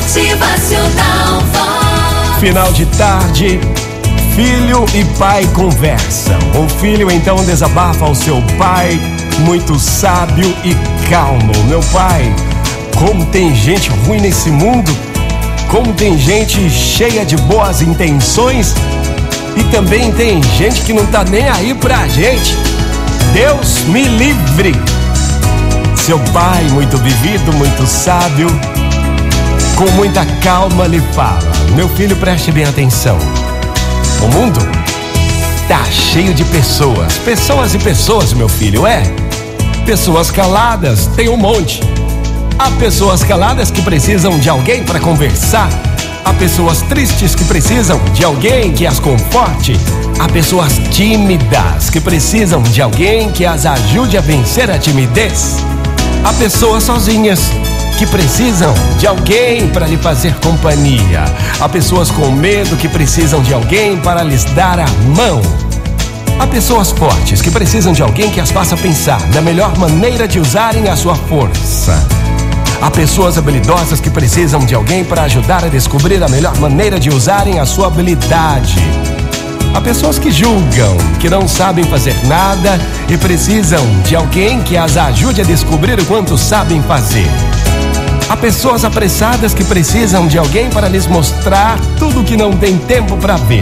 Motivacional Vox. Final de tarde, filho e pai conversam. O filho então desabafa ao seu pai, muito sábio e calmo. Meu pai, como tem gente ruim nesse mundo, como tem gente cheia de boas intenções e também tem gente que não tá nem aí pra gente. Deus me livre. Seu pai, muito vivido, muito sábio, com muita calma lhe fala: meu filho, preste bem atenção. O mundo tá cheio de pessoas e pessoas, meu filho, pessoas caladas, tem um monte. Há pessoas caladas que precisam de alguém para conversar. Há pessoas tristes que precisam de alguém que as conforte. Há pessoas tímidas que precisam de alguém que as ajude a vencer a timidez. Há pessoas sozinhas que precisam de alguém para lhe fazer companhia. Há pessoas com medo que precisam de alguém para lhes dar a mão. Há pessoas fortes que precisam de alguém que as faça pensar na melhor maneira de usarem a sua força. Há pessoas habilidosas que precisam de alguém para ajudar a descobrir a melhor maneira de usarem a sua habilidade. Há pessoas que julgam, que não sabem fazer nada e precisam de alguém que as ajude a descobrir o quanto sabem fazer. Há pessoas apressadas que precisam de alguém para lhes mostrar tudo que não tem tempo para ver.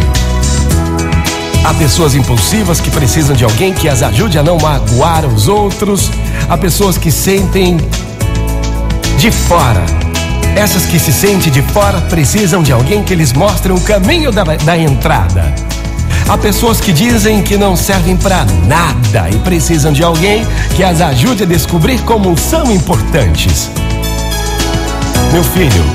Há pessoas impulsivas que precisam de alguém que as ajude a não magoar os outros. Há pessoas que sentem de fora. Essas que se sentem de fora precisam de alguém que lhes mostre o caminho da entrada. Há pessoas que dizem que não servem para nada e precisam de alguém que as ajude a descobrir como são importantes. Meu filho,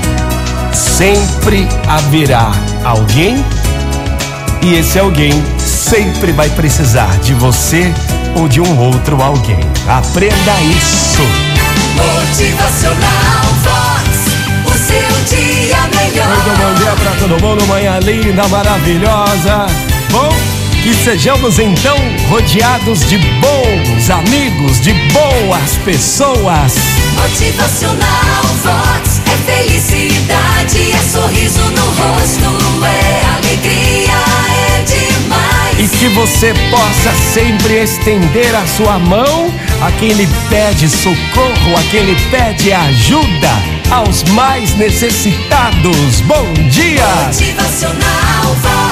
sempre haverá alguém e esse alguém sempre vai precisar de você ou de um outro alguém. Aprenda isso. Motivacional Vox, o seu dia melhor. Muito bom dia pra todo mundo, manhã linda, maravilhosa. Bom, que sejamos então rodeados de bons amigos, de boas pessoas. Motivacional Vox é felicidade, é sorriso no rosto, é alegria, é demais. E que você possa sempre estender a sua mão a quem lhe pede socorro, a quem lhe pede ajuda, aos mais necessitados. Bom dia! Motivacional Vox.